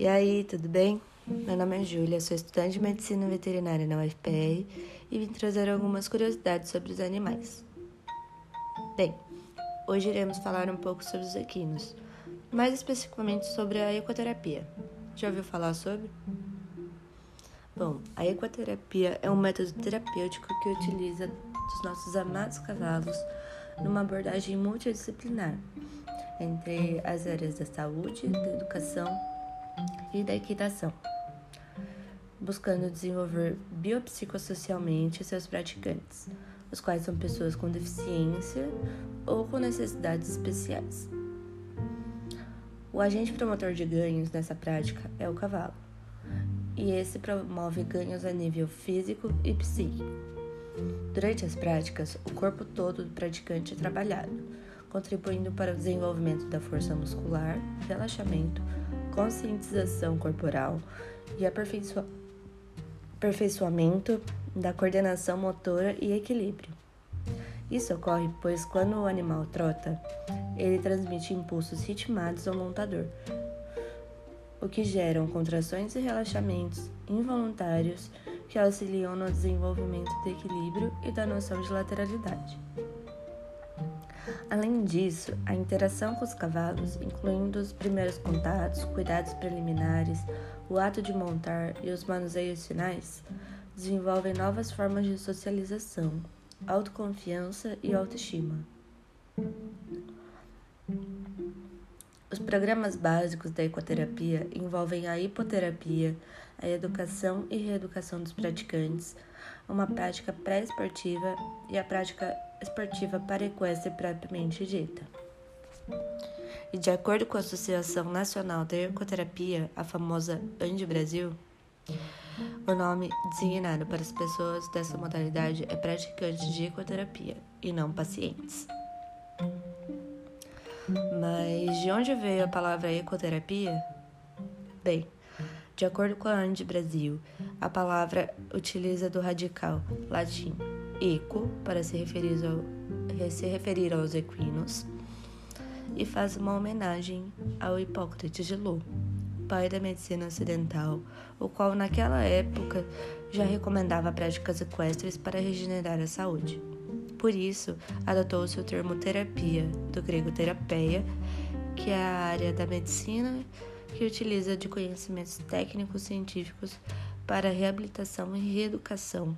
E aí, tudo bem? Meu nome é Júlia, sou estudante de Medicina Veterinária na UFPR e vim trazer algumas curiosidades sobre os animais. Bem, hoje iremos falar um pouco sobre os equinos, mais especificamente sobre a ecoterapia. Já ouviu falar sobre? Bom, a ecoterapia é um método terapêutico que utiliza dos nossos amados cavalos numa abordagem multidisciplinar entre as áreas da saúde, da educação e da equitação, buscando desenvolver biopsicossocialmente seus praticantes, os quais são pessoas com deficiência ou com necessidades especiais. O agente promotor de ganhos nessa prática é o cavalo, e esse promove ganhos a nível físico e psíquico. Durante as práticas, o corpo todo do praticante é trabalhado, contribuindo para o desenvolvimento da força muscular, relaxamento, conscientização corporal e aperfeiçoamento da coordenação motora e equilíbrio. Isso ocorre pois quando o animal trota, ele transmite impulsos ritmados ao montador, o que geram contrações e relaxamentos involuntários que auxiliam no desenvolvimento do equilíbrio e da noção de lateralidade. Além disso, a interação com os cavalos, incluindo os primeiros contatos, cuidados preliminares, o ato de montar e os manuseios finais, desenvolvem novas formas de socialização, autoconfiança e autoestima. Os programas básicos da ecoterapia envolvem a hipoterapia, a educação e reeducação dos praticantes, uma prática pré-esportiva e a prática esportiva para equestre propriamente dita. E de acordo com a Associação Nacional da Ecoterapia, a famosa ANDI Brasil, o nome designado para as pessoas dessa modalidade é praticantes de ecoterapia e não pacientes. Mas de onde veio a palavra ecoterapia? Bem, de acordo com a ANDI Brasil, a palavra utiliza do radical latim eco para se referir aos equinos e faz uma homenagem ao Hipócrates de Lô, pai da medicina ocidental, o qual naquela época já recomendava práticas equestres para regenerar a saúde. Por isso, adotou-se o termo terapia, do grego terapeia, que é a área da medicina que utiliza de conhecimentos técnicos científicos para reabilitação e reeducação.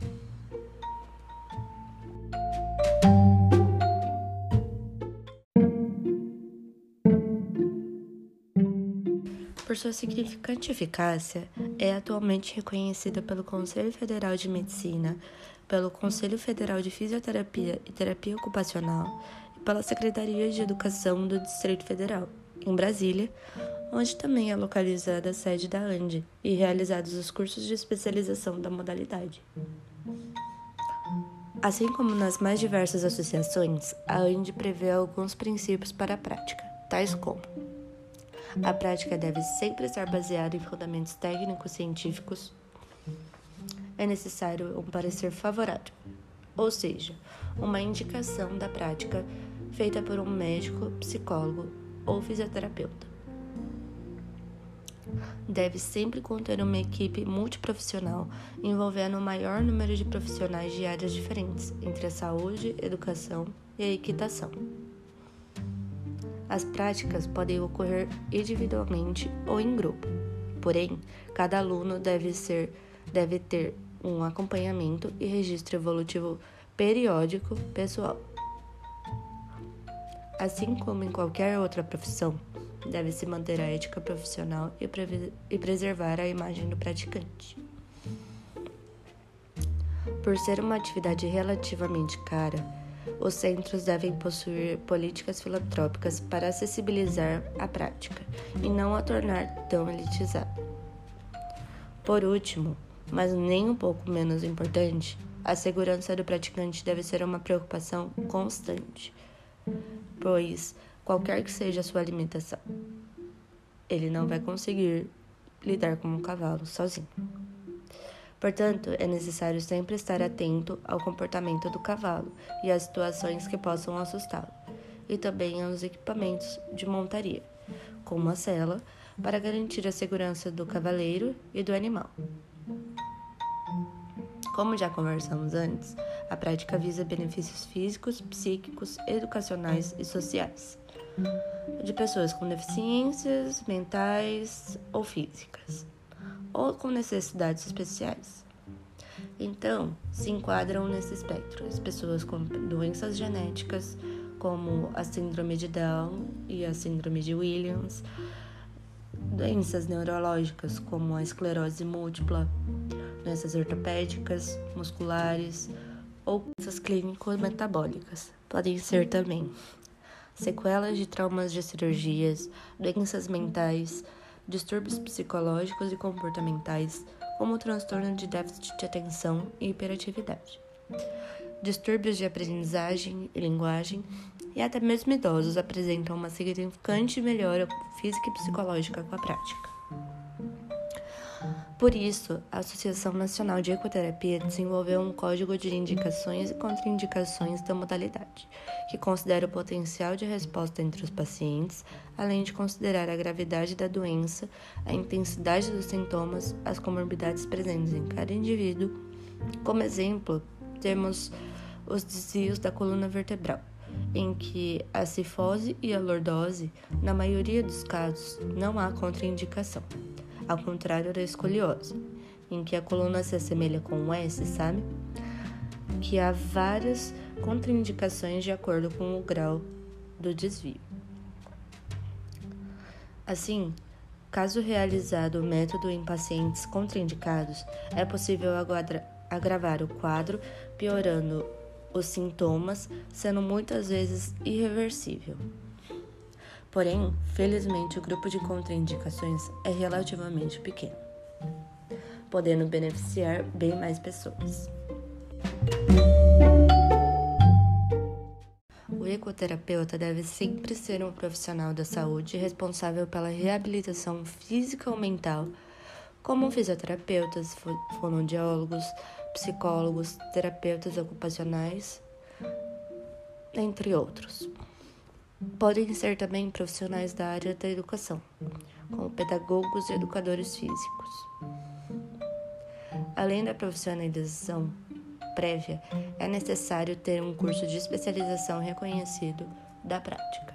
Por sua significante eficácia, é atualmente reconhecida pelo Conselho Federal de Medicina, pelo Conselho Federal de Fisioterapia e Terapia Ocupacional e pela Secretaria de Educação do Distrito Federal, em Brasília, onde também é localizada a sede da ANDI e realizados os cursos de especialização da modalidade. Assim como nas mais diversas associações, a ANDI prevê alguns princípios para a prática, tais como: a prática deve sempre estar baseada em fundamentos técnicos científicos. É necessário um parecer favorável, ou seja, uma indicação da prática feita por um médico, psicólogo ou fisioterapeuta. Deve sempre conter uma equipe multiprofissional envolvendo o maior número de profissionais de áreas diferentes, entre a saúde, educação e a equitação. As práticas podem ocorrer individualmente ou em grupo, porém, cada aluno deve ter um acompanhamento e registro evolutivo periódico pessoal. Assim como em qualquer outra profissão, deve-se manter a ética profissional e preservar a imagem do praticante. Por ser uma atividade relativamente cara, os centros devem possuir políticas filantrópicas para acessibilizar a prática e não a tornar tão elitizada. Por último, mas nem um pouco menos importante, a segurança do praticante deve ser uma preocupação constante, pois, qualquer que seja a sua alimentação, ele não vai conseguir lidar com um cavalo sozinho. Portanto, é necessário sempre estar atento ao comportamento do cavalo e às situações que possam assustá-lo, e também aos equipamentos de montaria, como a sela, para garantir a segurança do cavaleiro e do animal. Como já conversamos antes, a prática visa benefícios físicos, psíquicos, educacionais e sociais de pessoas com deficiências mentais ou físicas, ou com necessidades especiais. Então, se enquadram nesse espectro as pessoas com doenças genéticas, como a síndrome de Down e a síndrome de Williams, doenças neurológicas, como a esclerose múltipla, doenças ortopédicas, musculares ou doenças clínico-metabólicas. Podem ser também sequelas de traumas de cirurgias, doenças mentais, distúrbios psicológicos e comportamentais, como o transtorno de déficit de atenção e hiperatividade, distúrbios de aprendizagem e linguagem, e até mesmo idosos apresentam uma significante melhora física e psicológica com a prática. Por isso, a Associação Nacional de Ecoterapia desenvolveu um código de indicações e contraindicações da modalidade, que considera o potencial de resposta entre os pacientes, além de considerar a gravidade da doença, a intensidade dos sintomas, as comorbidades presentes em cada indivíduo. Como exemplo, temos os desvios da coluna vertebral, em que a cifose e a lordose, na maioria dos casos, não há contraindicação. Ao contrário da escoliose, em que a coluna se assemelha com um S, sabe? Que há várias contraindicações de acordo com o grau do desvio. Assim, caso realizado o método em pacientes contraindicados, é possível agravar o quadro, piorando os sintomas, sendo muitas vezes irreversível. Porém, felizmente, o grupo de contraindicações é relativamente pequeno, podendo beneficiar bem mais pessoas. O ecoterapeuta deve sempre ser um profissional da saúde responsável pela reabilitação física ou mental, como fisioterapeutas, fonoaudiólogos, psicólogos, terapeutas ocupacionais, entre outros. Podem ser também profissionais da área da educação, como pedagogos e educadores físicos. Além da profissionalização prévia, é necessário ter um curso de especialização reconhecido da prática.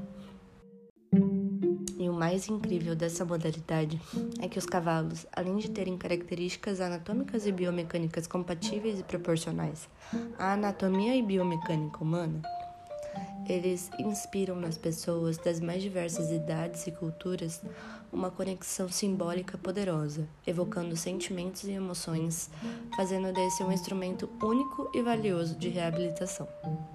E o mais incrível dessa modalidade é que os cavalos, além de terem características anatômicas e biomecânicas compatíveis e proporcionais à anatomia e biomecânica humana, eles inspiram nas pessoas das mais diversas idades e culturas uma conexão simbólica poderosa, evocando sentimentos e emoções, fazendo desse um instrumento único e valioso de reabilitação.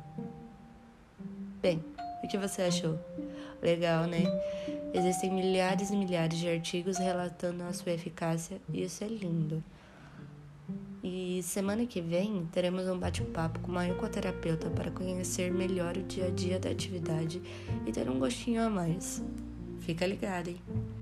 Bem, o que você achou? Legal, né? Existem milhares e milhares de artigos relatando a sua eficácia e isso é lindo. E semana que vem teremos um bate-papo com uma ecoterapeuta para conhecer melhor o dia a dia da atividade e ter um gostinho a mais. Fica ligado, hein?